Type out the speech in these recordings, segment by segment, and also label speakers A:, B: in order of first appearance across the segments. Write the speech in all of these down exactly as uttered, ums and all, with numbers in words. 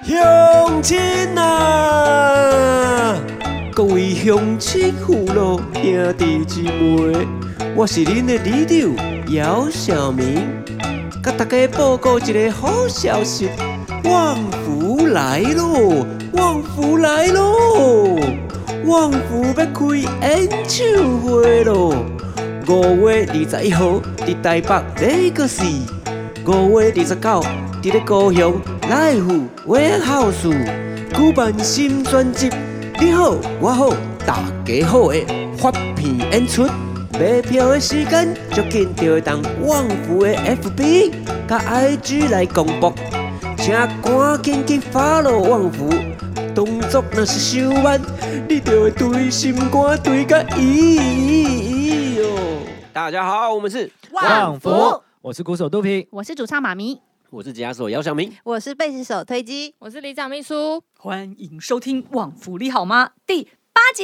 A: 乡亲啊，各位乡亲父老兄弟姊妹，我是恁的里长姚小明，甲大家报告一个好消息，旺福来咯，旺福来咯，旺福要开演唱会咯，五月二十一號伫台北雷個市，五月二十九伫咧高雄來福威豪士舉辦新專輯，你好我好大家好的發片演出。買票的時間就緊就會當旺福的 F B 甲 I G 來公布，請趕緊去 follow 旺福，動作若是太慢，你就會對心肝對甲咦咦喲。大家好，我們是
B: 旺福，
C: 我是鼓手杜平，
B: 我是主唱妈咪，
A: 我是吉他手姚小明，
D: 我是贝斯手推机，
E: 我是里长秘書。
B: 欢迎收听《旺福你好吗》第八集。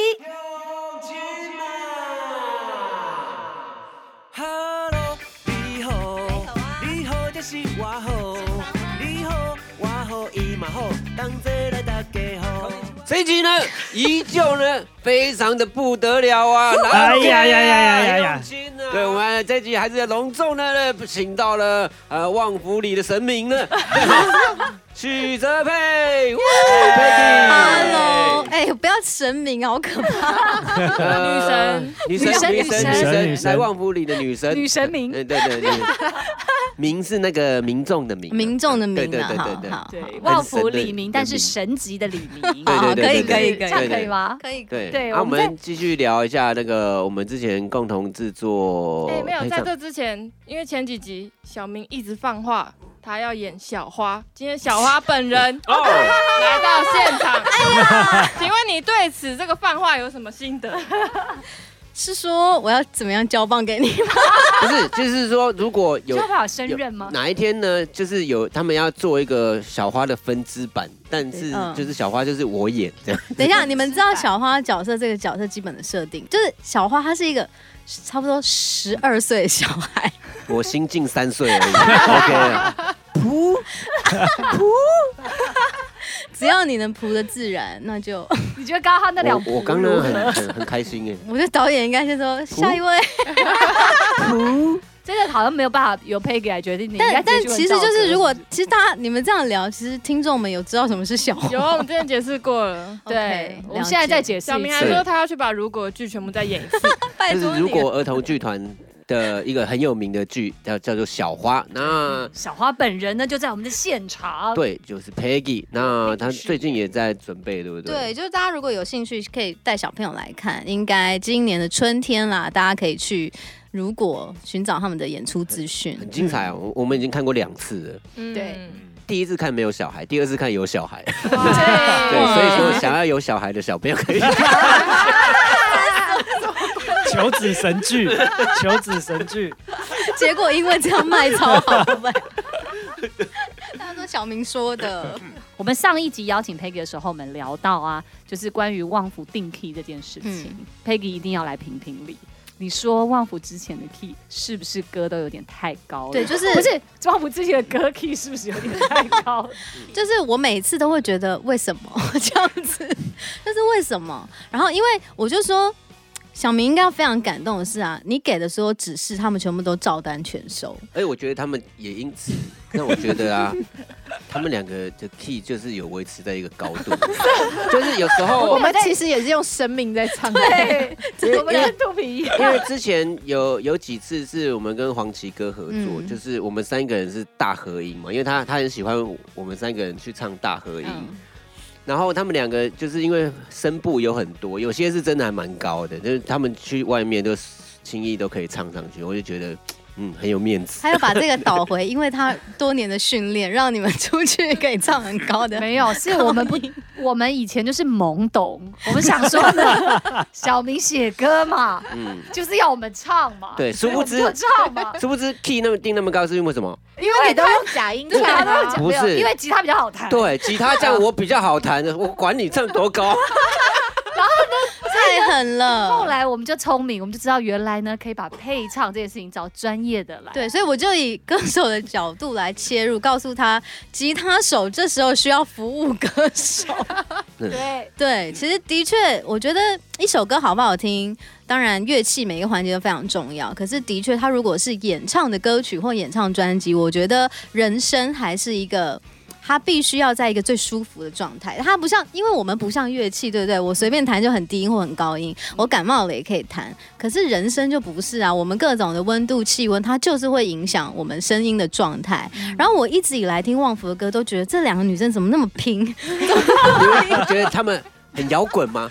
A: Hello， 你好，你好就是我好，你好我好伊嘛好，同齐来大家好。这一集呢，依旧呢，非常的不得了啊！
C: 哎呀呀呀呀呀呀！
A: 对，我们这一集还是隆重的请到了呃旺福里的神明呢，许哲佩
D: ，Hello， 哎，不要神明，好可怕！
A: 女神，女神，女神，女神，来旺福里的女神，
B: 女神明，
A: 对对对，民是那个民众的民，
D: 民众的民，
A: 对对对对
B: 对，对，旺福李明，但是神级的李明，
A: 对对
D: 可以可以可以，
B: 这样可以吗？
D: 可以
A: 对
B: 对。
A: 那我们继续聊一下那个我们之前共同制作，
E: 哎，没有，在这之前，因为前几集小明一直放话，他要演小花，今天小花本人哦来到现场，哎呀，请问你对此这个放话有什么心得？
D: 是说我要怎么样交棒给你吗？
A: 不是，就是说如果有
B: 就会有升任吗？
A: 哪一天呢？就是有他们要做一个小花的分支版，但是就是小花就是我演这样。
D: 等一下，你们知道小花角色这个角色基本的设定，就是小花她是一个差不多十二岁的小孩，
A: 我新近三岁而已。OK 了，噗
D: 噗。只要你能扑的自然，那就
B: 你觉得刚刚他那两
A: 我我刚刚很很很开心哎。
D: 我觉得导演应该是说下一位。
B: 真的好像没有办法由 Peggy 来决定你。
D: 但但其实就是如果其实大家你们这样聊，其实听众们有知道什么是小花？
E: 有，我们之前解释过了。
B: 对，我们现在再解释。
E: 小明还说他要去把如果剧全部再演一次。
D: 拜托
A: 就是如果儿童剧团的一个很有名的剧叫叫做小花，那
B: 小花本人呢就在我们的现场，
A: 对，就是 Peggy， 那她最近也在准备，对不对？
D: 对，就是大家如果有兴趣，可以带小朋友来看，应该今年的春天啦，大家可以去。如果寻找他们的演出资讯，
A: 很精彩哦，嗯、我们已经看过两次了。
D: 嗯、对。
A: 第一次看没有小孩，第二次看有小孩。对，所以说想要有小孩的小朋友可以。
C: 求子神剧，求子神剧。
D: 结果因为这样卖超好，对不对？大家说小明说的。
B: 我们上一集邀请 Peggy 的时候，我们聊到啊，就是关于旺福定 key 这件事情、嗯、，Peggy 一定要来评评理。你说旺福之前的 key 是不是歌都有点太高了？
D: 对，就是
B: 不是旺福之前的歌 key 是不是有点太高？
D: 就是我每次都会觉得为什么这样子，但是为什么？然后因为我就说，小明应该要非常感动的是啊，你给的所有指示，他们全部都照单全收。
A: 哎，我觉得他们也因此，让我觉得啊。他们两个的 key 就是有维持在一个高度，就是有时候
E: 我们其实也是用生命在唱，
B: 对，我们跟肚皮一样。
A: 因为之前有有几次是我们跟黄奇哥合作，嗯、就是我们三个人是大合音嘛，因为他他很喜欢我们三个人去唱大合音，嗯、然后他们两个就是因为声部有很多，有些是真的还蛮高的，就是他们去外面都轻易都可以唱上去，我就觉得。嗯，很有面子。
D: 他要把这个导回，因为他多年的训练，让你们出去可以唱很高的。
B: 没有，是我们不，我们以前就是懵懂，我们想说呢，小明写歌嘛，嗯，就是要我们唱嘛。
A: 对，殊不知
B: 就唱嘛，
A: 殊不知 key 那么定那么高是因为什么？
E: 因为你都用假音唱啊，
A: 不是，
B: 因为吉他比较好弹。
A: 对，吉他这样我比较好弹的，我管你唱多高。
B: 然后呢，
D: 太狠了。
B: 后来我们就聪明，我们就知道原来呢可以把配唱这件事情找专业的来。
D: 对，所以我就以歌手的角度来切入，告诉他，吉他手这时候需要服务歌手。
B: 对
D: 对，其实的确，我觉得一首歌好不好听，当然乐器每个环节都非常重要。可是的确，它如果是演唱的歌曲或演唱专辑，我觉得人声还是一个。它必须要在一个最舒服的状态，它不像，因为我们不像乐器，对不对？我随便弹就很低音或很高音，我感冒了也可以弹。可是人声就不是啊，我们各种的温度、气温，它就是会影响我们声音的状态。然后我一直以来听旺福的歌，都觉得这两个女生怎么那么拼？
A: 你会觉得他们很摇滚吗？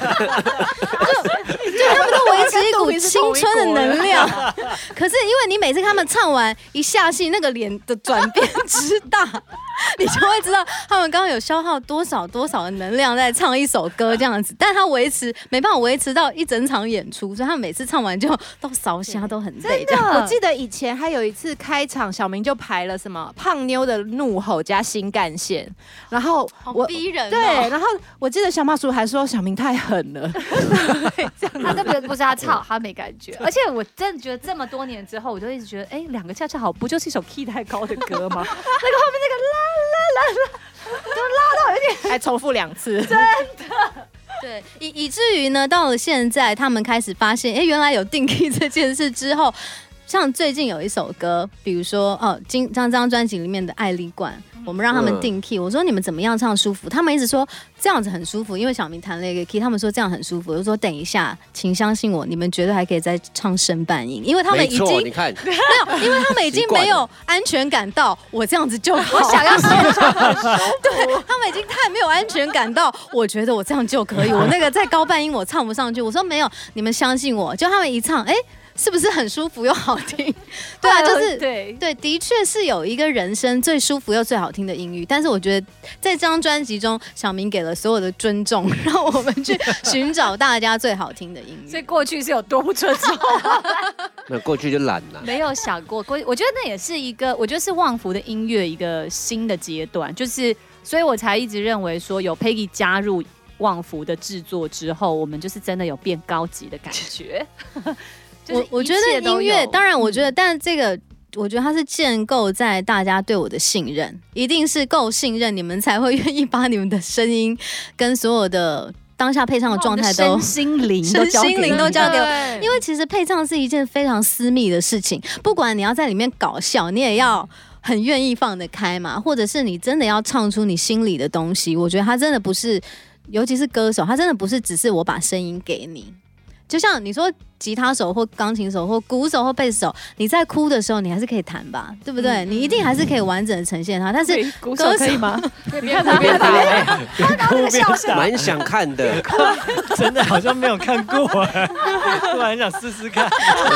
D: 就他们都维持一股青春的能量，可是因为你每次他们唱完一下戏，那个脸的转变之大，你就会知道他们刚刚有消耗多少多少的能量在唱一首歌这样子。但他维持没办法维持到一整场演出，所以他们每次唱完就都烧瞎，都很累。
F: 真的，我记得以前还有一次开场，小明就排了什么胖妞的怒吼加新干线，然后我
D: 逼人、哦。
F: 对，然后我记得小马叔还说小明太狠了，
B: 他根本不是他唱，他没感觉。而且我真的觉得这么多年之后，我就一直觉得，哎，两个恰恰好，不就是一首 key 太高的歌吗？那个后面那个啦啦啦啦，都拉到有点，
F: 还重复两次，
B: 真的。
D: 对，以以至于呢，到了现在，他们开始发现，哎，原来有定 key 这件事之后，像最近有一首歌，比如说哦，今这张专辑里面的《爱丽冠》。我们让他们定 key，、嗯、我说你们怎么样唱舒服？他们一直说这样子很舒服，因为小明弹了一个 key， 他们说这样很舒服。我就说等一下，请相信我，你们绝对还可以再唱升半音，因为他们已经
A: 你看
D: 没有，因为他们已经没有安全感到我这样子就好，
B: 我想要现场很舒服。
D: 对他们已经太没有安全感到，我觉得我这样就可以，我那个再高半音我唱不上去。我说没有，你们相信我，就他们一唱，哎。是不是很舒服又好听？对啊，就是
B: 对
D: 对，的确是有一个人生最舒服又最好听的音域。但是我觉得在这张专辑中，小明给了所有的尊重，让我们去寻找大家最好听的音域。
B: 所以过去是有多不尊重？
A: 那过去就懒了，
B: 没有想过。过我觉得那也是一个，我觉得是旺福的音乐一个新的阶段，就是所以我才一直认为说有 Peggy 加入旺福的制作之后，我们就是真的有变高级的感觉。
D: 我我觉得音乐，当然我觉得，嗯、但这个我觉得它是建构在大家对我的信任，一定是够信任，你们才会愿意把你们的声音跟所有的当下配唱的状态都
B: 身心灵
D: 身心灵都交给我。
F: 我，
D: 因为其实配唱是一件非常私密的事情，不管你要在里面搞笑，你也要很愿意放得开嘛，或者是你真的要唱出你心里的东西。我觉得它真的不是，尤其是歌手，它真的不是只是我把声音给你。就像你说吉他手或钢琴手或鼓手或贝斯手，你在哭的时候你还是可以弹吧，对不对？嗯、你一定还是可以完整的呈现它。但是
B: 鼓手可以吗？
F: 别打别打，
B: 他拿那个笑声，
A: 蛮想看的，
C: 真的好像没有看过，突然想试试看。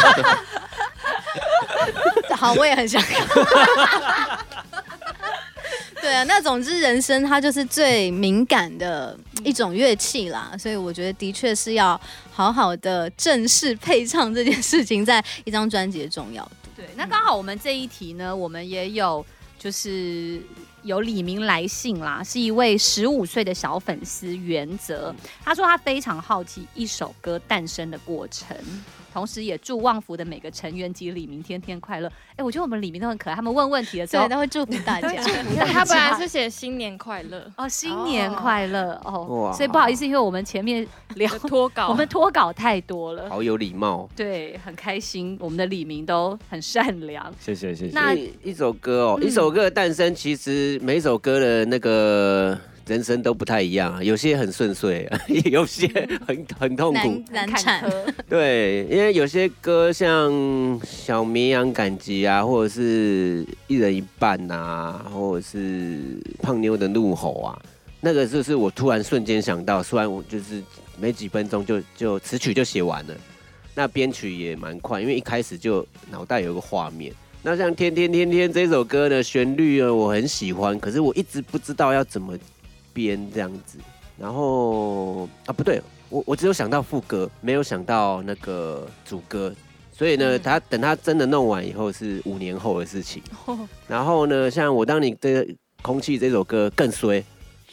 D: 好，我也很想看。对啊，那总之人声它就是最敏感的一种乐器啦，所以我觉得的确是要好好的正式配唱这件事情，在一张专辑的重要度。
B: 对，那刚好我们这一题呢，我们也有就是有李明来信啦，是一位十五岁的小粉丝原则，他说他非常好奇一首歌诞生的过程。同时也祝旺福的每个成员及李明天天快乐。哎，我觉得我们李明都很可爱，他们问问题的时候，
D: 对，都会祝福大家。
E: 他本来是写新年快乐
B: 哦，新年快乐哦，所以不好意思，因为我们前面聊
E: 脱稿，
B: 我们脱稿太多了，
A: 好有礼貌。
B: 对，很开心，我们的李明都很善良。
C: 谢谢谢谢。
B: 那
A: 一首歌哦，嗯、一首歌的诞生，其实每一首歌的那个。人生都不太一样啊，有些很顺遂，有些很很痛苦、
D: 难产。
A: 对，因为有些歌像《小绵羊赶集》啊，或者是一人一半啊，或者是胖妞的怒吼啊，那个就是我突然瞬间想到，虽然我就是没几分钟就就词曲就写完了，那编曲也蛮快，因为一开始就脑袋有个画面。那像《天天天天》这首歌的旋律呢，我很喜欢，可是我一直不知道要怎么编这样子，然后啊不对，我我只有想到副歌，没有想到那个主歌，所以呢，他等他真的弄完以后是五年后的事情。然后呢，像我当你的空气这首歌更衰，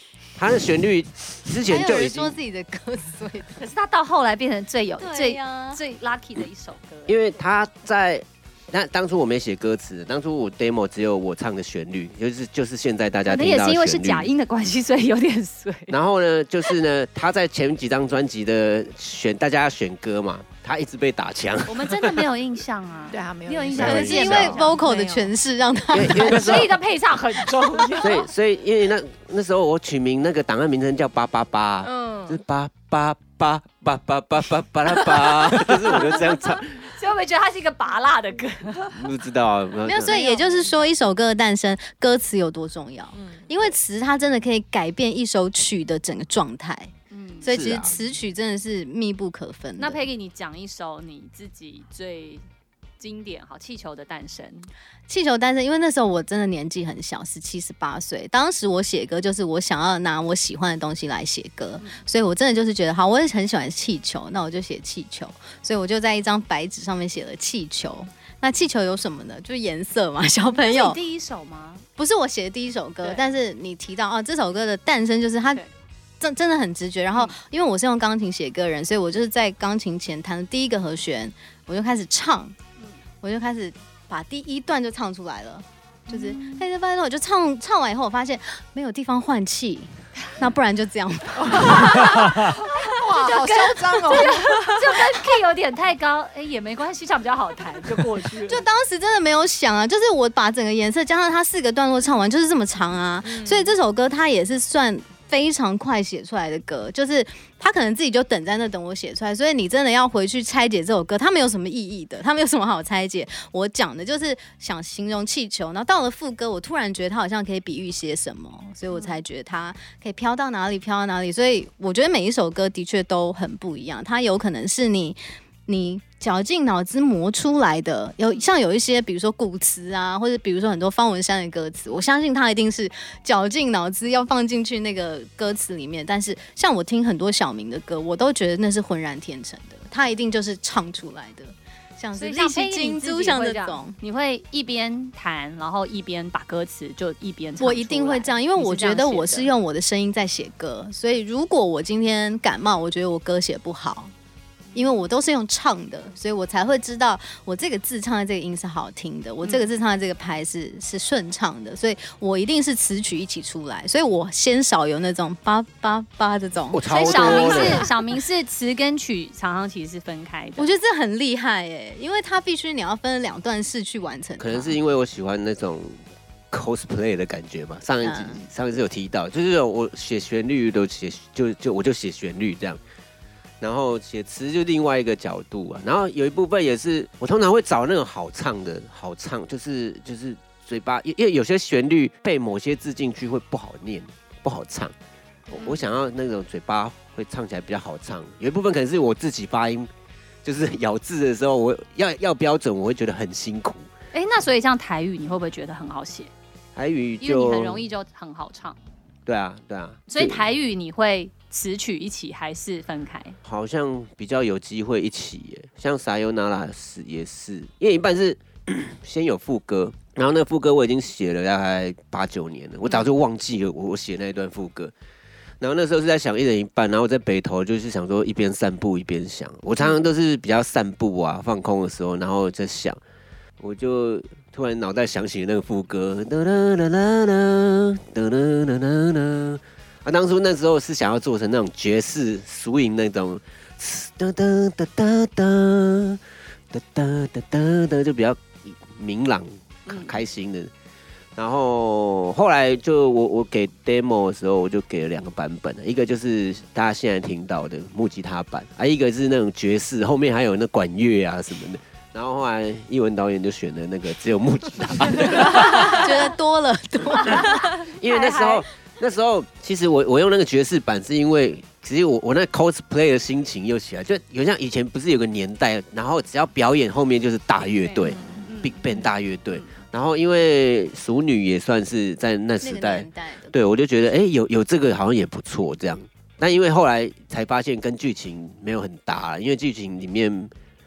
A: 他的旋律之前
D: 还有
A: 就已经
D: 人说自己的歌碎的，
B: 可是他到后来变成最有最
D: 呀，
B: 最 lucky 的一首歌，
A: 因为他在那当初我没写歌词，当初我 demo 只有我唱的旋律，就是就是现在大家
B: 可能
A: 听到的旋律。
B: 也是因为是假音的关系，所以有点碎。
A: 然后呢，就是呢，他在前几张专辑的选，大家要选歌嘛，他一直被打枪。
B: 我们真的没有印象啊，
F: 对啊，没有
B: 你有印象
A: 没有
D: 可能是因为 vocal 的诠释让他
A: 因为因为那时候
B: 所以的配唱很重要。
A: 所以所以因为那那时候我取名那个档案名称叫八八八，
E: 嗯
A: 就是八八八八八八八巴拉巴，就是我就这样唱，
B: 所以我们觉得它是一个拔辣的歌。
A: 不知道啊，
D: 没有，所以也就是说，一首歌的诞生，歌词有多重要？
E: 嗯
D: 因为词它真的可以改变一首曲的整个状态，
B: 嗯，
D: 所以其实
A: 是啊
D: 词曲真的是密不可分的。
B: 那 Peggy， 你讲一首你自己最经典好气球的诞生。
D: 气球诞生，因为那时候我真的年纪很小，十七十八岁。当时我写歌就是我想要拿我喜欢的东西来写歌，所以我真的就是觉得好，我也很喜欢气球，那我就写气球。所以我就在一张白纸上面写了气球。那气球有什么呢？就是颜色嘛，小朋友
B: 这是你。第一首吗？
D: 不是我写的第一首歌
B: 对，
D: 但是你提到哦，这首歌的诞生就是它
B: 对
D: 真真的很直觉。然后因为我是用钢琴写歌的人，所以我就是在钢琴前弹的第一个和弦，我就开始唱，我就开始把第一段就唱出来了。就是黑色发现我就唱唱完以后，我发现没有地方换气，那不然就这样吧。
F: 哇，好嚣张哦！
B: 就跟 key 有点太高，哎、也没关系，这样比较好弹，就过去了。
D: 就当时真的没有想啊，就是我把整个颜色加上它四个段落唱完，就是这么长啊。所以这首歌它也是算非常快写出来的歌，就是他可能自己就等在那等我写出来，所以你真的要回去拆解这首歌，它没有什么意义的，它没有什么好拆解。我讲的就是想形容气球，然后到了副歌，我突然觉得它好像可以比喻些什么，所以我才觉得它可以飘到哪里飘到哪里。所以我觉得每一首歌的确都很不一样，它有可能是你你绞尽脑汁磨出来的，有像有一些比如说古词啊，或者比如说很多方文山的歌词，我相信他一定是绞尽脑汁要放进去那个歌词里面。但是像我听很多小明的歌，我都觉得那是浑然天成的，他一定就是唱出来的，像是
B: 所以像
D: 力气
B: Peggy
D: 金
B: 你自己
D: 珠像
B: 会这样
D: 这种。
B: 你会一边弹，然后一边把歌词就一边唱
D: 我一定会这样，因为我觉得我是
B: 用。
D: 用我的声音在写歌，所以如果我今天感冒，我觉得我歌写不好，因为我都是用唱的，所以我才会知道我这个字唱的这个音是好听的，我这个字唱的这个拍是是顺畅的，所以我一定是词曲一起出来，所以我先少有那种叭叭叭这种。
A: 我超多
B: 所以小明
A: 的。
B: 是小明是词跟曲常常其实是分开的。
D: 我觉得这很厉害哎，因为它必须你要分两段式去完成它。
A: 可能是因为我喜欢那种 cosplay 的感觉吧。上一集、
D: 嗯
A: 上一次有提到，就是我写旋律都写就就我就写旋律这样，然后写词就另外一个角度啊。然后有一部分也是我通常会找那种好唱的，好唱就是就是嘴巴，因因为有些旋律配某些字进去会不好念，不好唱。我我想要那种嘴巴会唱起来比较好唱。有一部分可能是我自己发音，就是咬字的时候，我要要标准，我会觉得很辛苦。
B: 哎、那所以像台语，你会不会觉得很好写？
A: 台语
B: 因为
A: 就
B: 你很容易就很好唱，
A: 对啊对啊，
B: 所以
A: 就
B: 台语你会词曲一起还是分开？
A: 好像比较有机会一起耶。像撒尤那拉是也是，因为一半是先有副歌，然后那个副歌我已经写了大概八九年了，我早就忘记了我我写那一段副歌。然后那时候是在想一人一半，然后我在北投就是想说一边散步一边想，我常常都是比较散步啊放空的时候，然后在想，我就突然脑袋想起那个副歌，哒啦啦啦啦，哒啦啦啦啦。啊，当初那时候是想要做成那种爵士俗音那种，哒哒哒哒哒哒哒哒哒哒，就比较明朗、开心的。然后后来就我我给 demo 的时候，我就给了两个版本，一个就是大家现在听到的木吉他版，啊，一个是那种爵士，后面还有那管乐啊什么的。然后后来艺文导演就选了那个只有木吉他，
D: 觉得多了多了。
A: 因为那时候那时候其实我我用那个爵士版是因为，其实我我那 cosplay 的心情又起来，就有像以前不是有个年代，然后只要表演后面就是大乐队、Big Band 大乐队。然后因为熟女也算是在那时代，对我就觉得哎、欸、有有这个好像也不错这样。但因为后来才发现跟剧情没有很搭，因为剧情里面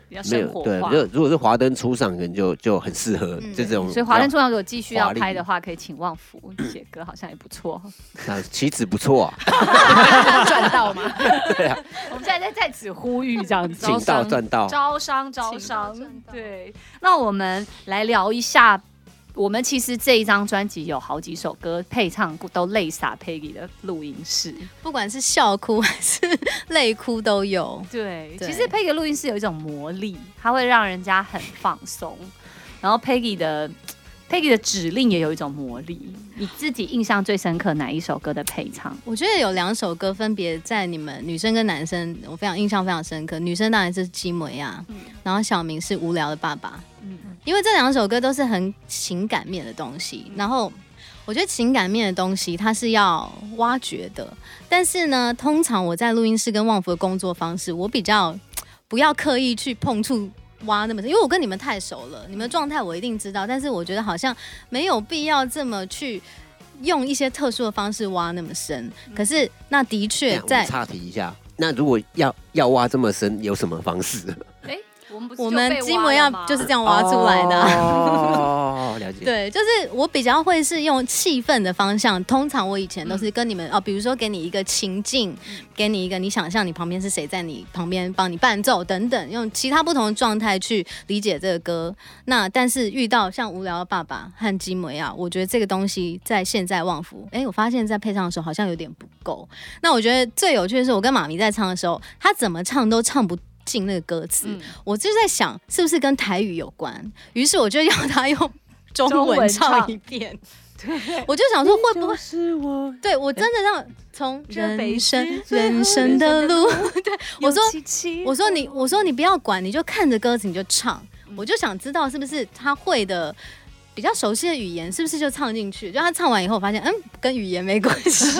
B: 比较
A: 没有对，
B: 生活化。
A: 就如果是华灯初上，可能就就很适合
D: 嗯
A: 这种。
B: 所以华灯初上如果继续要
A: 华丽
B: 拍的话，可以请旺福写歌，好像也不错。
A: 啊，棋子不错啊，
F: 赚到吗？
A: 对啊，
B: 我们现在在在此呼吁这样子，
A: 请到赚到。
B: 招商招
D: 请
B: 商
D: 到赚到，
B: 对。那我们来聊一下，我们其实这一张专辑有好几首歌配唱都泪洒 Peggy 的录音室。
D: 不管是笑哭还是泪哭都有。
B: 对，
D: 对
B: 其实 Peggy 的录音室有一种魔力，它会让人家很放松。然后 Peggy 的 Peggy 的指令也有一种魔力。你自己印象最深刻哪一首歌的配唱？
D: 我觉得有两首歌分别在你们女生跟男生，我非常印象非常深刻。女生当然是基摩亚，
B: 嗯
D: 然后小明是无聊的爸爸，
B: 嗯，
D: 因为这两首歌都是很情感面的东西。然后我觉得情感面的东西它是要挖掘的，但是呢，通常我在录音室跟旺福的工作方式，我比较不要刻意去碰触。挖那么深，因为我跟你们太熟了，你们的状态我一定知道，但是我觉得好像没有必要这么去用一些特殊的方式挖那么深。可是那的确在
A: 哎我们岔题一下，那如果要要挖这么深，有什么方式？
B: 哎，我们不是
D: 我们
B: 就被挖
D: 基摩亚
B: 了吗
D: 就是这样挖出来的啊、
A: 哦，了解。
D: 对，就是我比较会是用气氛的方向，通常我以前都是跟你们、哦，比如说给你一个情境，给你一个你想象你旁边是谁在你旁边帮你伴奏等等，用其他不同的状态去理解这个歌。那但是遇到像无聊的爸爸和基摩亚，我觉得这个东西在现在旺福，哎，我发现在配唱的时候好像有点不够。那我觉得最有趣的是，我跟妈咪在唱的时候，他怎么唱都唱不进那个歌词，
B: 嗯
D: 我就在想是不是跟台语有关，于是我就要他用中
B: 中文
D: 文唱
B: 唱
D: 一遍。我就想说会不会
A: 是我？
D: 对我真的让从
B: 这辈
D: 人生
B: 子
D: 人生的路，对我说
B: 有七七
D: 我说你我说你不要管，你就看着歌词你就唱，我就想知道是不是他会的。比较熟悉的语言是不是就唱进去？就他唱完以后，我发现嗯，跟语言没关系。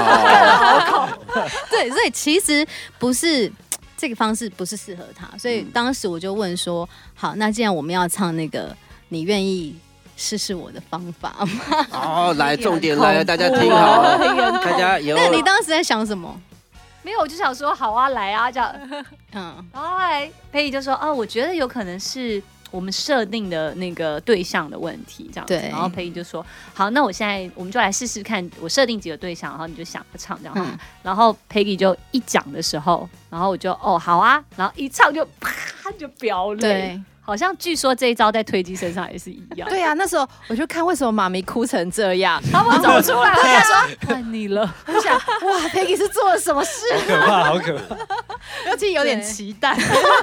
D: 对，所以其实不是这个方式不是适合他，所以当时我就问说：好，那既然我们要唱那个，你愿意试试我的方法吗？
A: 哦，来，重点来了，大家听好了，大家以后
D: 那你当时在想什么？
B: 没有，我就想说好啊，来啊这样。
D: 嗯，
B: 然后后来佩仪就说：“哦，我觉得有可能是我们设定的那个对象的问题，这样子。”
D: 对
B: 然后佩仪就说：“好，那我现在我们就来试试看，我设定几个对象，然后你就想着唱这样。
D: 嗯
B: 然后佩仪就一讲的时候，然后我就哦好啊，然后一唱就啪就飙泪。
D: 对，
B: 好像据说这一招在推机身上也是一样。
F: 对啊，那时候我就看为什么妈咪哭成这样，
B: 他们走出来，我想说换你了。
F: 我想哇，Peggy 是做了什么事？
C: 好可怕，好可怕。
F: 尤其有点期待，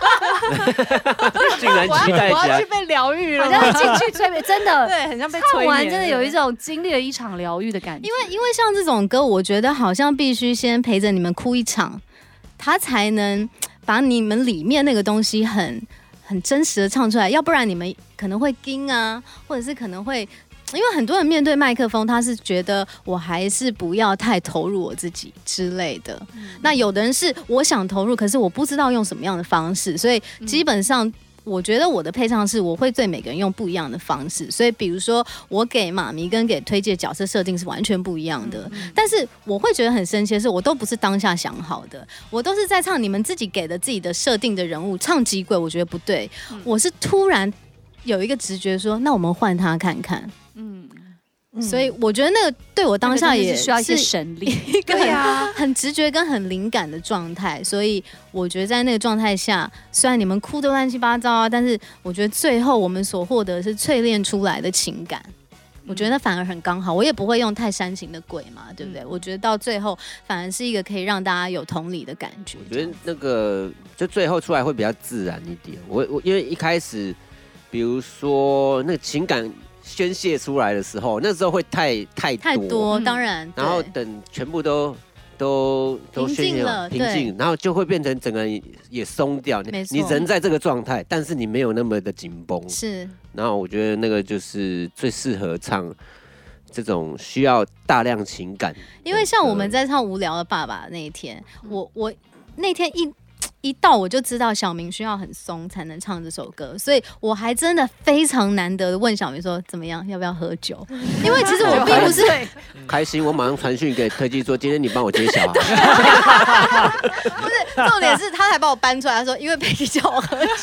A: 竟然期待起来
F: 我要去，被疗愈了
B: 好
F: 吗，
B: 像进去催眠，真的
F: 对，很像被
B: 唱
F: 催眠
B: 完真的有一种经历了一场疗愈的感觉。
D: 因为因为像这种歌，我觉得好像必须先陪着你们哭一场，他才能把你们里面那个东西很很真实的唱出来，要不然你们可能会惊啊，或者是可能会。因为很多人面对麦克风，他是觉得我还是不要太投入我自己之类的。
B: 嗯
D: 那有的人是我想投入，可是我不知道用什么样的方式，所以基本上。我觉得我的配唱是，我会对每个人用不一样的方式，所以比如说我给妈咪跟给推介角色设定是完全不一样的，但是我会觉得很生气的是，我都不是当下想好的，我都是在唱你们自己给的自己的设定的人物，唱几轨我觉得不对，我是突然有一个直觉说，那我们换他看看，
B: 嗯，
D: 所以我觉得那个对我当下也
B: 是需要一些
D: 是
B: 神力。
D: 一个很、
F: 对啊
D: 很直觉跟很灵感的状态，所以我觉得在那个状态下，虽然你们哭得乱七八糟啊，但是我觉得最后我们所获得的是淬炼出来的情感。我觉得那反而很刚好，我也不会用太煽情的鬼嘛，对不对？我觉得到最后反而是一个可以让大家有同理的感觉。
A: 我觉得那个就最后出来会比较自然一点。我我因为一开始，比如说那个情感宣泄出来的时候，那时候会太太多，
D: 太多，
B: 嗯
D: 当然，
A: 然后
D: 对
A: 等全部都都都
D: 平静
A: 宣泄完
D: 了对
A: 平静，然后就会变成整个人也松掉。你
D: 没错
A: 你人在这个状态，但是你没有那么的紧绷。
D: 是
A: 然后我觉得那个就是最适合唱这种需要大量情感的歌，
D: 因为像我们在唱《无聊的爸爸》那一天，我我那天一一到我就知道小明需要很松才能唱这首歌，所以我还真的非常难得的问小明说怎么样，要不要喝酒？因为其实我并不是
A: 开心，我马上传讯给推机说，今天你帮我接小孩。
D: 不是，重点是他还把我搬出来，他说因为佩奇叫我喝酒。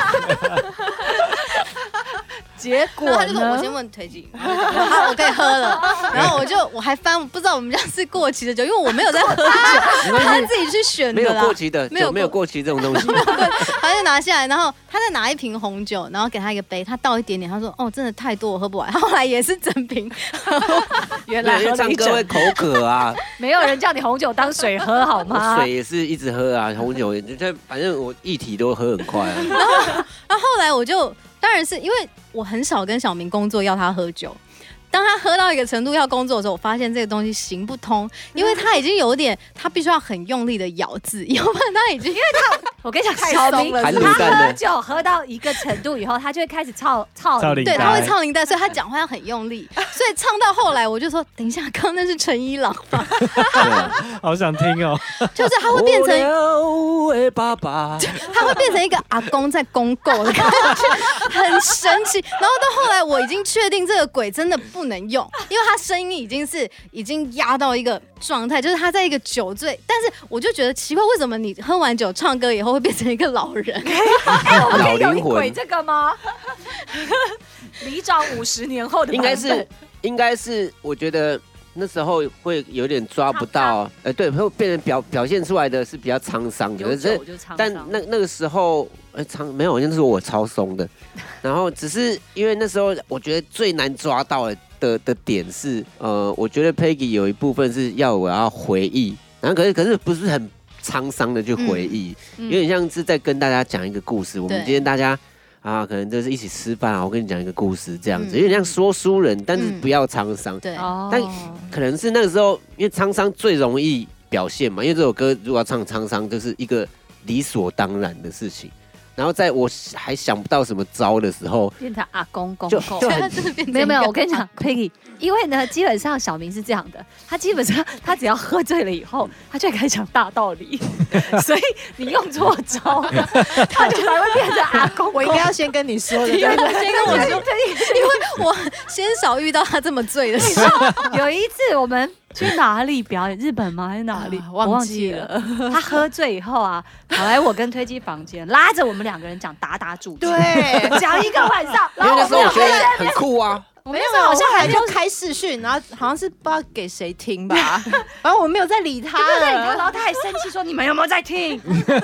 B: 结果
D: 然后他就说：“我
B: 呢？
D: 先问推机，好，我可以喝了。”然后我就我还翻，不知道我们家是过期的酒，因为我没有在喝酒，他自己去选
A: 没有
D: 的啦。
A: 过期的，
D: 没有
A: 酒没有过期这种东西。
D: 他就拿下来，然后他再拿一瓶红酒，然后给他一个杯，他倒一点点，他说：“哦，真的太多，我喝不完。”他后来也是整瓶，
B: 原来
A: 因为唱
B: 喝了一整，
A: 歌会口渴啊，
B: 没有人叫你红酒当水喝好吗？
A: 水也是一直喝啊，红酒也就反正我液体都喝很快啊。
D: 然后后来我就当然是因为我很少跟小明工作要他喝酒。当他喝到一个程度要工作的时候，我发现这个东西行不通，因为他已经有点，他必须要很用力的咬字，要不然他已经因为他
B: 我跟你讲，
F: 太
B: 小明
F: 松了
A: 含卤
B: 他
A: 蛋的
B: 喝酒喝到一个程度以后，他就会开始操操
C: 操领
D: 对，
C: 带
D: 他会唱领带，所以他讲话要很用力，所以唱到后来我就说，等一下，刚刚那是陈一郎吧？
C: 好想听哦。
D: 就是他会变成，
A: 成的爸爸，
D: 他会变成一个阿公在公购的感觉，很神奇。然后到后来，我已经确定这个鬼真的不能用，因为他声音已经是已经压到一个状态，就是他在一个酒醉，但是我就觉得奇怪，为什么你喝完酒唱歌以后会变成一个老人？
B: 哎，我们可以有
A: 老灵魂
B: 一轨这个吗？里长五十年后的
A: 应该
B: 版本
A: 是应该是，我觉得那时候会有点抓不到，呃，对，会变成表表现出来的是比较沧桑的，
B: 有
A: 可是
B: 酒就沧
A: 但
B: 桑。
A: 那那个时候，呃，沧没有，那时候我超松的，然后只是因为那时候我觉得最难抓到的的的点是，呃，我觉得 Peggy 有一部分是要我要回忆，然后可是可是不是很沧桑的去回忆，
B: 嗯
A: 有点像是在跟大家讲一个故事。我们
D: 对
A: 今天大家啊，可能就是一起吃饭啊，我跟你讲一个故事这样子，
D: 嗯
A: 有点像说书人，但是
D: 嗯
A: 不要沧桑。
D: 对，
B: 哦
A: 但可能是那个时候，因为沧桑最容易表现嘛，因为这首歌如果要唱沧桑，就是一个理所当然的事情。然后在我还想不到什么招的时候，
B: 变成阿公公
A: 就
B: 公
A: 就
D: 他真的变成
B: 没有没有，
D: 一个
B: 我跟你讲，Peggy，因为呢，基本上小明是这样的，他基本上他只要喝醉了以后，他就会开始讲大道理，所以你用错招，他就才会变成阿公。
F: 我应该要先跟你说的，
B: 对
F: 对不对？
B: 先跟我说，
D: 因为我先少遇到他这么醉的时候。
B: 有一次我们去哪里表演？日本吗？还是哪里？
F: 啊
B: 我
F: 忘记了。
B: 他喝醉以后啊，跑来我跟推机房间，拉着我们两个人讲打打主题，
F: 对，
B: 讲一个晚上。
A: 因为那时候我觉
B: 然后我们
A: 得很酷啊，
B: 我们
F: 没有，
B: 那时候好像
F: 后来
B: 还就
F: 就开视讯，然后好像是不知道给谁听吧，反正我没有在理他
B: 对对，然
F: 了。
B: 后他还生气说：“你们有没有在听？”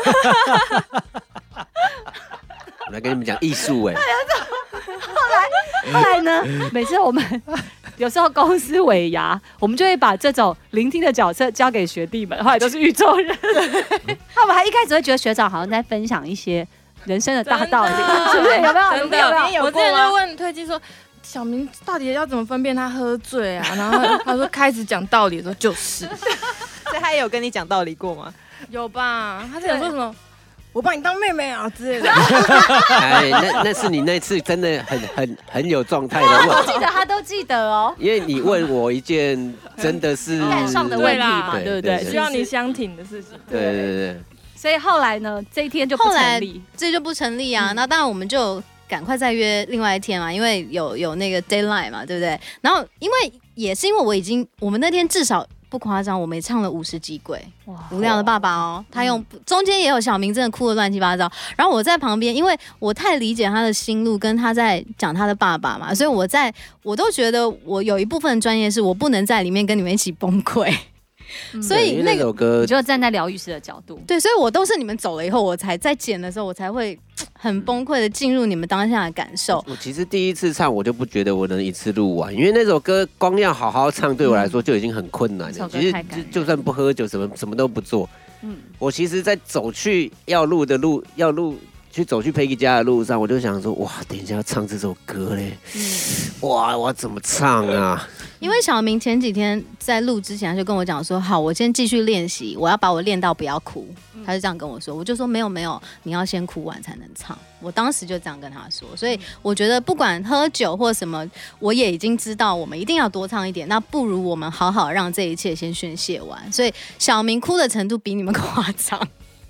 A: 我来跟你们讲艺术哎，
B: 后来呢，每次我们有时候公司尾牙，我们就会把这种聆听的角色交给学弟们，后来都是宇宙人。他们还一开始会觉得学长好像在分享一些人生的大道理，是不是？有没有？
E: 真
B: 有没有？有没有？
E: 的，我之前就问推机说，小明到底要怎么分辨他喝醉啊？然后他说开始讲道理的时候就是
F: 所以他也有跟你讲道理过吗？
E: 有吧？他之前说什么？我把你当妹妹啊之类的。
A: 哎，那那是你那次真的很很很有状态的
B: 我
A: 问，
B: 记得他都记得哦，
A: 因为你问我一件真的是
B: 感上的问题嘛，
A: 对
B: 对不对？
A: 对
E: 需要你相挺的事情。
A: 对对对对，
B: 所以后来呢，这一天就不
D: 后来
B: 成立。
D: 这就不成立啊。那当然我们就赶快再约另外一天嘛，因为有有那个 deadline 嘛，对不对？然后因为也是因为我已经，我们那天至少不夸张，我们也唱了五十几轨。
B: 哇
D: 无聊的爸爸哦，他用中间也有小明真的哭得乱七八糟，然后我在旁边，因为我太理解他的心路，跟他在讲他的爸爸嘛，所以我在我都觉得我有一部分专业是我不能在里面跟你们一起崩溃，所
A: 对因为那
D: 以那个
A: 首歌
B: 你就站在疗愈师的角度，
D: 对，所以我都是你们走了以后，我才在剪的时候，我才会很崩溃的进入你们当下的感受。
A: 我其实第一次唱，我就不觉得我能一次录完，因为那首歌光要好好唱，对我来说就已经很困难
B: 这首
A: 了。其实
B: 歌太感人
A: 就就算不喝酒，什么什么都不做，
B: 嗯，
A: 我其实，在走去要录的路，要录去走去 Peggy 家的路上，我就想说，哇，等一下要唱这首歌嘞，哇，我要怎么唱啊？
D: 因为小明前几天在录之前，他就跟我讲说：“好，我先继续练习，我要把我练到不要哭。”他就这样跟我说，我就说：“没有没有，你要先哭完才能唱。”我当时就这样跟他说，所以我觉得不管喝酒或什么，我也已经知道我们一定要多唱一点，那不如我们好好让这一切先宣泄完。所以小明哭的程度比你们夸张。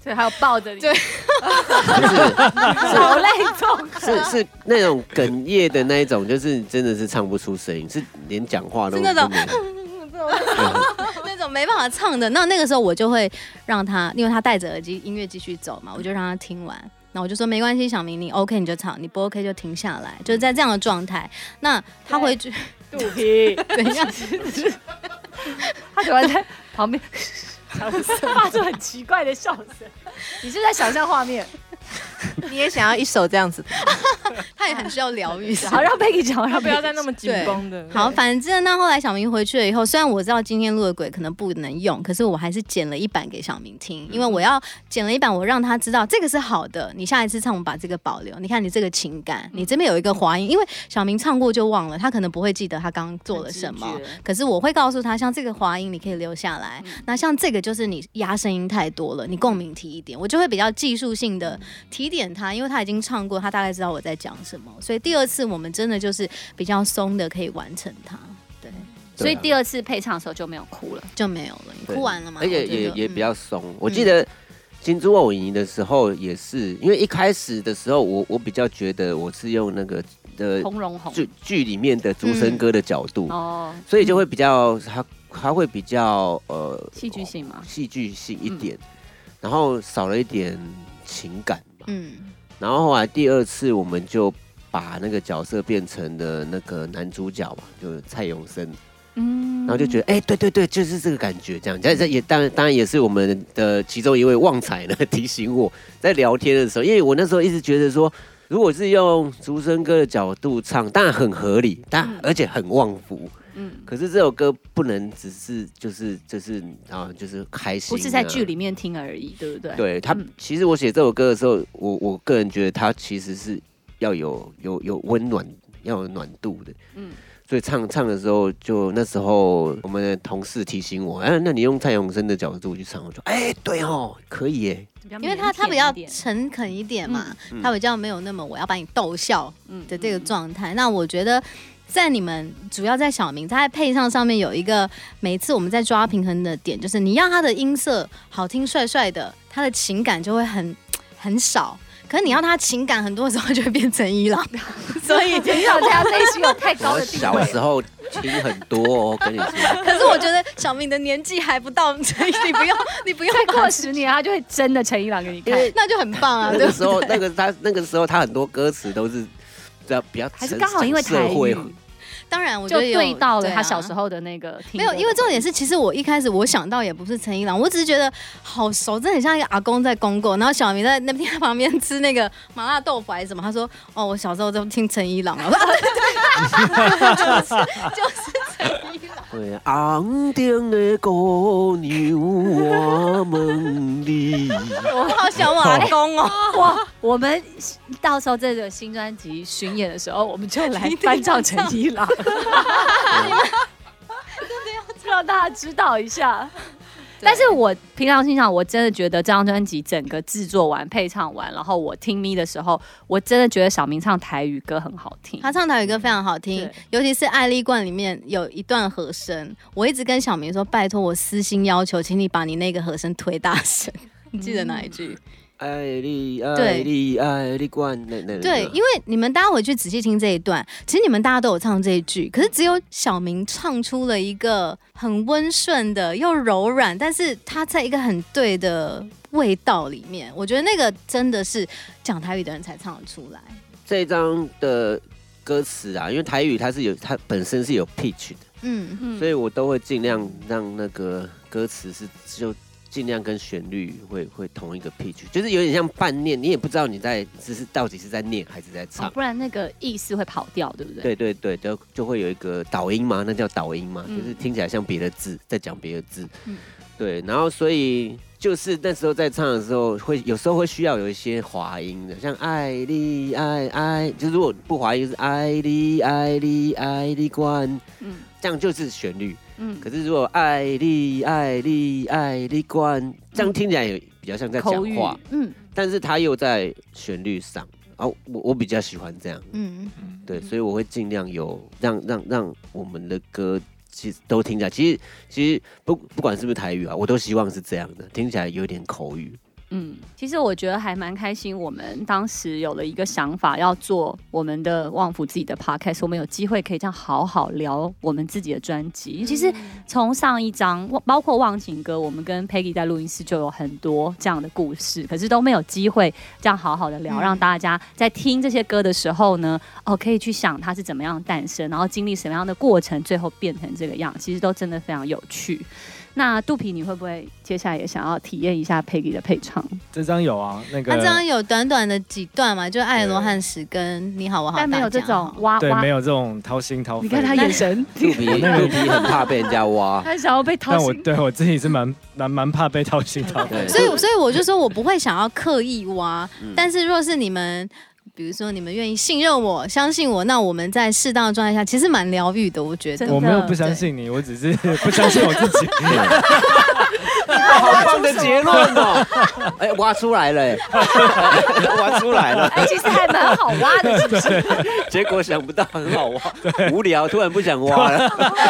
B: 对，还有抱着你，
D: 对
A: 不是
B: 好累重。
A: 是是那种哽咽的那一种，就是真的是唱不出声音，是连讲话都
D: 是那种
A: 都没有
D: 那种没办法唱的。那那个时候我就会让他，因为他戴着耳机，音乐继续走嘛，我就让他听完。那我就说没关系，小明你 OK 你就唱，你不 OK 就停下来，就是在这样的状态。那他回去
B: 肚皮，
D: 怎样？
B: 他喜欢在旁边发出很奇怪的笑声。你是不是在想象画面？
F: 你也想要一首这样子的？
D: 他也很需要疗愈。
B: 好，让 Peggy 讲，让
E: 不要再那么紧绷的。
D: 好，反正那后来小明回去了以后，虽然我知道今天录的鬼可能不能用，可是我还是剪了一版给小明听，因为我要剪了一版，我让他知道这个是好的。你下一次唱，我们把这个保留。你看你这个情感，你这边有一个滑音，因为小明唱过就忘了，他可能不会记得他刚刚做了什么。可是我会告诉他，像这个滑音你可以留下来，嗯、那像这个就是你压声音太多了，你共鸣提一点，我就会比较技术性的提点他，因为他已经唱过，他大概知道我在讲什么，所以第二次我们真的就是比较松的可以完成它。对，
B: 所以第二次配唱的时候就没有哭了，
D: 就没有了。你哭完了吗？
A: 而且也也比较松。嗯、我记得金珠偶影的时候也是，因为一开始的时候我我比较觉得我是用那个的
B: 红绒红
A: 剧剧里面的竹笙歌的角度，
B: 哦、嗯，
A: 所以就会比较它它会比较呃
B: 戏剧性嘛，
A: 戏剧性一点，嗯、然后少了一点情感嘛，
D: 嗯。
A: 然后后来第二次我们就把那个角色变成了那个男主角嘛，就是蔡永生，嗯，然后就觉得哎、欸，对对对，就是这个感觉，这样，这也当然当然也是我们的其中一位旺财呢提醒我在聊天的时候，因为我那时候一直觉得说，如果是用竹笙歌的角度唱，当然很合理，但而且很旺福。嗯，可是这首歌不能只是就是就是啊，就是开心、啊，
B: 不是在剧里面听而已，对不对？
A: 对他，嗯、其实我写这首歌的时候，我我个人觉得它其实是要有有有温暖，要有暖度的。嗯，所以唱唱的时候，就那时候我们的同事提醒我，哎、啊，那你用蔡永生的角度去唱，我说，哎、欸，对哦，可以耶。
D: 因为他他比较诚恳一点嘛，嗯、他比较没有那么我要把你逗笑的这个状态。嗯、那我觉得。在你们主要在小明在配唱上面有一个，每次我们在抓平衡的点，就是你让他的音色好听帅帅的，他的情感就会很很少。可是你要他情感很多时候就会变成伊朗，所以
B: 陈一朗在他内心有太高的地位。
A: 小时候听很多哦，跟你说。
D: 可是我觉得小明的年纪还不到，所以你不用你不用
B: 再过十年，他就会真的陈一朗给你看，
D: 那就很棒啊。
A: 那个时候，那个他那个时候他很多歌词都是。比较
B: 还是刚好因为台语，
D: 当然我觉得
B: 就对到了他小时候的那个听。
D: 没有，因为重点是，其实我一开始我想到也不是陈一郎，我只是觉得好熟，真的很像一个阿公在公购，然后小明在那边旁边吃那个麻辣豆腐还是什么，他说：“哦，我小时候都听陈一郎。”我说：“对对对，就是就是陈一郎。”
A: 对，红灯的姑娘，我问你，
D: 我好想我阿公哦！
B: 哇，我们到时候这个新专辑巡演的时候，我们就来翻唱陈一郎，真的要让大家知道一下。但是我平常欣赏，我真的觉得这张专辑整个制作完、配唱完，然后我听咪的时候，我真的觉得小明唱台语歌很好听。
D: 他唱台语歌非常好听，尤其是《爱丽冠》里面有一段和声，我一直跟小明说：“拜托，我私心要求，请你把你那个和声推大声。”你记得哪一句？
A: 爱你爱你爱你冠，
D: 对，因为你们大家回去仔细听这一段，其实你们大家都有唱这一句，可是只有小明唱出了一个很温顺的又柔软，但是他在一个很对的味道里面，我觉得那个真的是讲台语的人才唱得出来。
A: 这一张的歌词啊，因为台语它是有它本身是有 pitch 的，嗯嗯，所以我都会尽量让那个歌词是就。尽量跟旋律会会同一个 pitch， 就是有点像半念，你也不知道你在只是到底是在念还是在唱，
B: 哦、不然那个意思会跑掉，对不对？
A: 对对对，就就会有一个导音嘛，那叫导音嘛，嗯、就是听起来像别的字，在讲别的字。嗯、对，然后所以就是那时候在唱的时候，会有时候会需要有一些滑音的，像爱你爱爱，就是如果不滑音就是爱你爱你爱你关，嗯，这样就是旋律。嗯，可是如果爱你爱你爱你关，这样听起来也比较像在讲话，嗯，但是他又在旋律上，啊，我我比较喜欢这样，嗯，对，所以我会尽量有让让让我们的歌其实都听起来，其实其实不不管是不是台语啊，我都希望是这样的，听起来有点口语，
B: 嗯，其实我觉得还蛮开心，我们当时有了一个想法，要做我们的旺福自己的 podcast， 我们有机会可以这样好好聊我们自己的专辑。其实从上一张，包括忘情歌，我们跟 Peggy 在录音室就有很多这样的故事，可是都没有机会这样好好的聊，嗯、让大家在听这些歌的时候呢，哦，可以去想它是怎么样诞生，然后经历什么样的过程，最后变成这个样，其实都真的非常有趣。那肚皮，你会不会接下来也想要体验一下 Peggy 的配唱？
C: 这张有啊，那个
D: 他这张有短短的几段嘛，就爱罗汉史跟你好我好，
B: 但没有这种挖
C: 对，没有这种掏心掏肺。
B: 你看他眼神，
A: 肚皮肚皮很怕被人家挖，
B: 他想要被掏心。
C: 但我对我自己是蛮蛮蛮怕被掏心掏肺，
D: 所以所以我就说我不会想要刻意挖，嗯、但是若是你们。比如说你们愿意信任我、相信我，那我们在适当的状态下，其实蛮疗愈的。我觉得
C: 我没有不相信你，我只是不相信我自己。
A: 好棒的结论哦！哎，挖出来了，哎，挖出来了。
B: 哎，其实还蛮好挖的，是不是？
A: 结果想不到很好挖，无聊，突然不想挖了。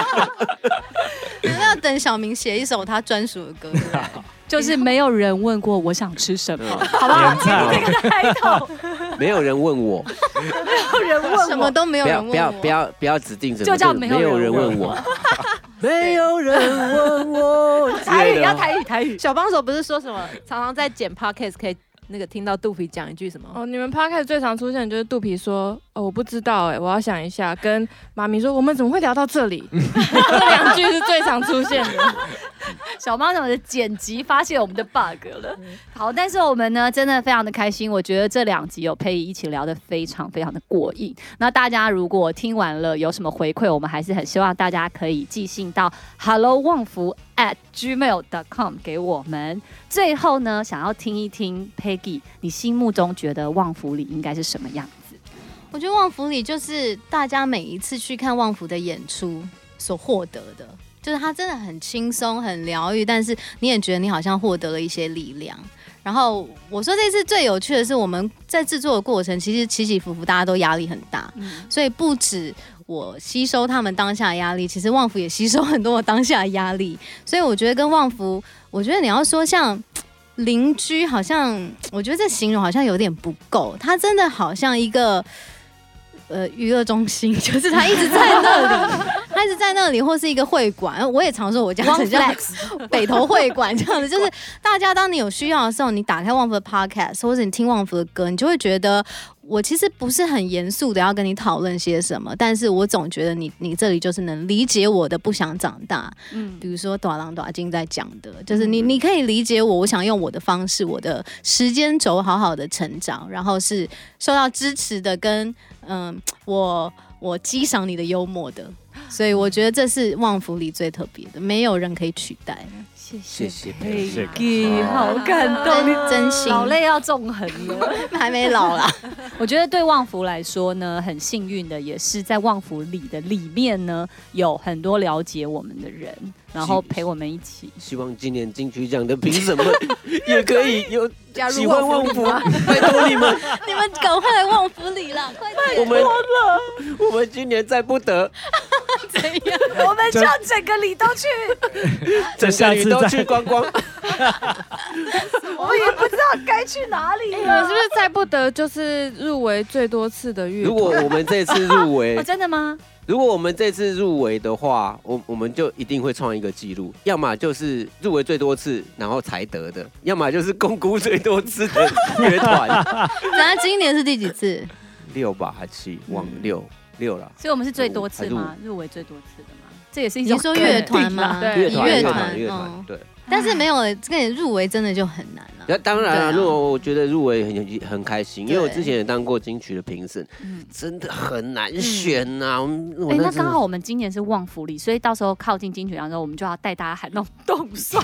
D: 要等小明写一首他专属的歌。
B: 就是没有人问过我想吃什么，好不好？你这个开头，
A: 没有人问我，
B: 没有人问我，
D: 什么都没有人问我，
A: 不要不要不要指定什么，
B: 就叫没
A: 有人问我，没有人问我。
B: 台语要台语台语，
F: 小帮手不是说什么常常在剪 podcast 可以那个听到肚皮讲一句什么？
E: 哦，你们 podcast 最常出现的就是肚皮说，哦，我不知道哎、欸，我要想一下。跟妈咪说，我们怎么会聊到这里？这两句是最常出现的。
B: 小帮手的剪辑发现我们的 bug 了。好，但是我们呢真的非常的开心，我觉得这两集有佩仪一起聊得非常非常的过瘾。那大家如果听完了有什么回馈，我们还是很希望大家可以寄信到 hello 旺福 at gmail dot com 给我们。最后呢，想要听一听 Peggy 你心目中觉得旺福里应该是什么样子？
D: 我觉得旺福里就是大家每一次去看旺福的演出所获得的。就是它真的很轻松、很疗愈，但是你也觉得你好像获得了一些力量。然后我说这次最有趣的是，我们在制作的过程，其实起起伏伏，大家都压力很大，嗯、所以不止我吸收他们当下的压力，其实旺福也吸收很多我当下的压力。所以我觉得跟旺福，我觉得你要说像邻居，好像我觉得这形容好像有点不够，它真的好像一个。呃，娱乐中心就是他一直在那里，他一直在那里，或是一个会馆。我也常说我家很像北投会馆这样子，就是大家当你有需要的时候，你打开旺福的 podcast， 或者你听旺福的歌，你就会觉得我其实不是很严肃的要跟你讨论些什么，但是我总觉得你你这里就是能理解我的不想长大。嗯，比如说大人大金在讲的，就是你你可以理解我，我想用我的方式，我的时间轴好好的成长，然后是受到支持的跟。嗯，我我欣赏你的幽默的，所以我觉得这是旺福里最特别的，没有人可以取代。
B: 谢谢
A: 谢谢
B: Peggy， 好感动，
D: 真心
B: 老泪要纵横了，
D: 还没老啦。
B: 我觉得对旺福来说呢，很幸运的也是在旺福里的里面呢，有很多了解我们的人，然后陪我们一起。
A: 希望今年金曲奖的评审们也可以有喜欢旺福，拜托你们，
D: 你们赶快来旺福里啦，快点！
A: 我们我们今年再不得。
D: 怎样？
B: 我们就整个里都去，
A: 整个里都去观光。
B: 我们也不知道该去哪里了。
E: 你们是不是再不得就是入围最多次的乐团？
A: 如果我们这次入围，
B: 哦，真的吗？
A: 如果我们这次入围的话，我我们就一定会创一个纪录，要么就是入围最多次然后才得的，要么就是共估最多次的乐团。
D: 那今年是第几次？
A: 六吧，还七？忘六六了。
B: 所以我们是最多次吗？入围最多次的吗？这也是一种。
D: 你说乐团吗？
A: 对，乐
D: 团，
A: 乐团，对。
D: 但是没有跟你入围真的就很难了。
A: 那当然了，啊、如果我觉得入围很很开心，因为我之前也当过金曲的评审，真的很难选呐、啊。哎、
B: 嗯欸，那刚好我们今年是旺福里，所以到时候靠近金曲奖的时候，我们就要带大家喊那种动算。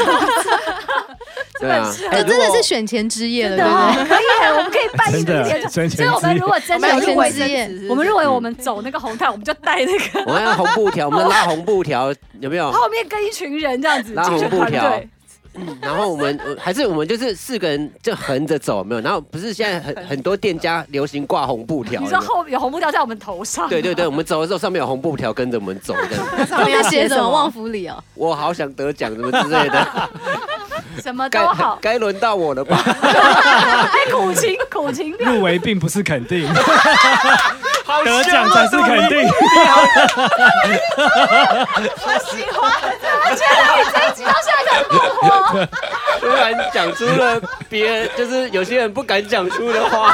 A: 对啊，
D: 这真的是选前之夜了，对不对？
B: 可以，我们可以办一个选前。所以我们如果真的入围之夜，我们入围我们走那个红毯，我们就带那个。
A: 我们要红布条，我们拉红布条，有没有？
B: 后面跟一群人这样子
A: 拉红布条。嗯，然后我们还是我们就是四个人就横着走，没有？然后不是现在很很多店家流行挂红布条，
B: 你说后有红布条在我们头上？
A: 对对对，我们走的时候上面有红布条跟着我们走，这样。
D: 上面要写什么？旺福里哦。
A: 我好想得奖什么之类的。
B: 什么都好，
A: 该轮到我了吧？
B: 还苦情苦情的。
C: 入围并不是肯定，得奖才是肯定。
B: 我喜欢，我觉得你这一集到现在才复活。
A: 突然讲出了别人就是有些人不敢讲出的话。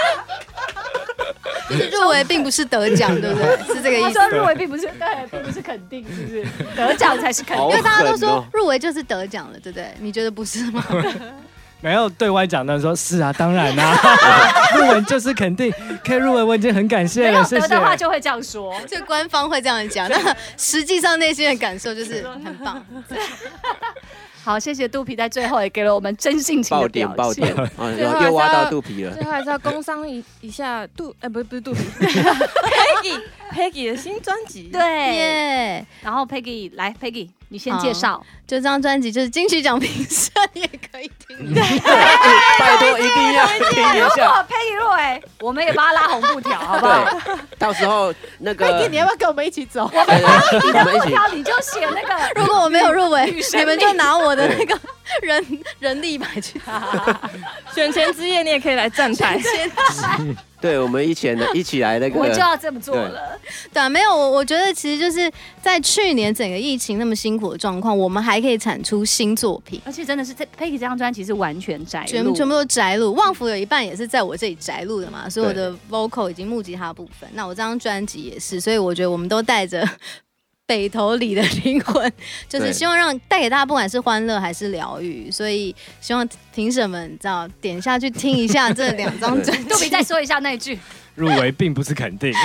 D: 入围并不是得奖，对不对？是这个意思。
B: 说入围并不是对，并不是肯定，是不是？得奖才是肯定，
D: 因为大家都说入围就是得奖了，对不对？你觉得不是吗？
C: 没有对外讲的说，是啊，当然啦、啊，入围就是肯定，可以入围我已经很感谢了，谢谢。
B: 没有得的话就会这样说，
D: 就官方会这样讲，那实际上内心的感受就是很棒。
B: 好，谢谢肚皮在最后也给了我们真性情的表现。
A: 爆点爆点，啊，又又挖到肚皮了。
E: 最后还是要工商一一下肚，哎、欸，不是不是肚皮 ，Peggy Peggy 的新专辑。
B: 对耶， yeah. 然后 Peggy 来 Peggy， 你先介绍。
D: 就这张专辑就是金曲奖评审也可以听。
A: 拜托一定要听一下。
B: 如果 Peggy 入围，我们也帮他拉红布条，好不好？
A: 到时候那个
F: Peggy， 你要不要跟我们一起走？
B: 我们帮你的布条，你就写那个。
D: 如果我没有入围，你们就拿我的那个人人力牌去打。
E: 选前之夜，你也可以来站台。
A: 对，我们一起一起来那个，
B: 我就要这么做了。
D: 对啊，没有我，我觉得其实就是在去年整个疫情那么辛苦的状况，我们还可以产出新作品，
B: 而且真的是这 Peggy 这张专辑是完全摘录，
D: 全全部都摘录。旺福有一半也是在我这里摘录的嘛，所以我的 vocal 已经募集他的部分。那我这张专辑也是，所以我觉得我们都带着北投里的灵魂，就是希望让带给大家不管是欢乐还是疗愈，所以希望评审们知道点下去听一下这两张专辑。
B: 杜比再说一下那一句，
C: 入围并不是肯定，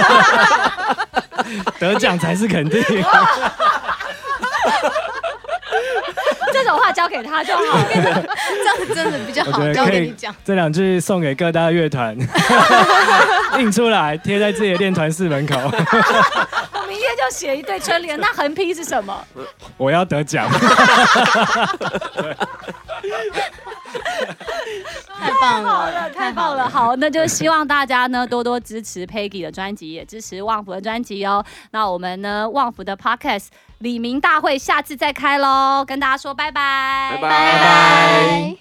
C: 得奖才是肯定。
B: 这种话交给他就好了，
D: 这样真的比较好，交给你讲。
C: 这两句送给各大乐团，印出来贴在自己的练团室门口。
B: 我明天就写一对春联，那横批是什么？
C: 我要得奖。
D: 太棒了，
B: 太棒了！好，那就希望大家呢多多支持 Peggy 的专辑，也支持旺福的专辑哦。那我们呢旺福的 Podcast 李明大会下次再开喽，跟大家说拜拜，
A: 拜拜拜。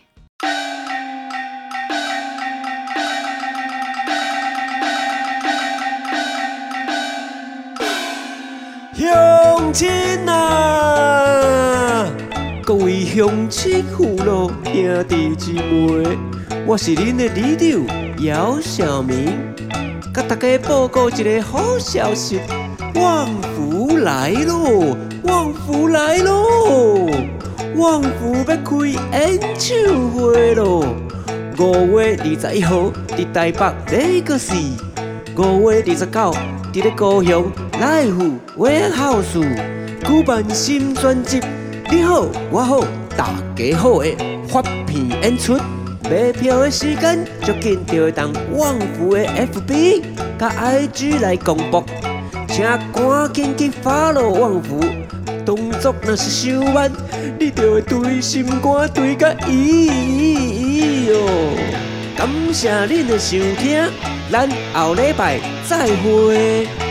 A: 乡亲啊，各位乡亲父老兄弟姊妹，我是恁的里长姚小明，甲大家报告一个好消息，旺福来咯，旺福来咯，旺福要开演唱会咯，五月二十一號伫台北美國市，五月二十九伫咧高雄來福warehouse舉辦新專輯，你好我好大家好的發片演出。買票的時間足緊就會當旺福的 F B 甲 I G 來公布，請趕緊去 follow 旺福。動作若是太慢，你就會對心肝對甲伊喲。感謝恁的收聽，咱後禮拜再會。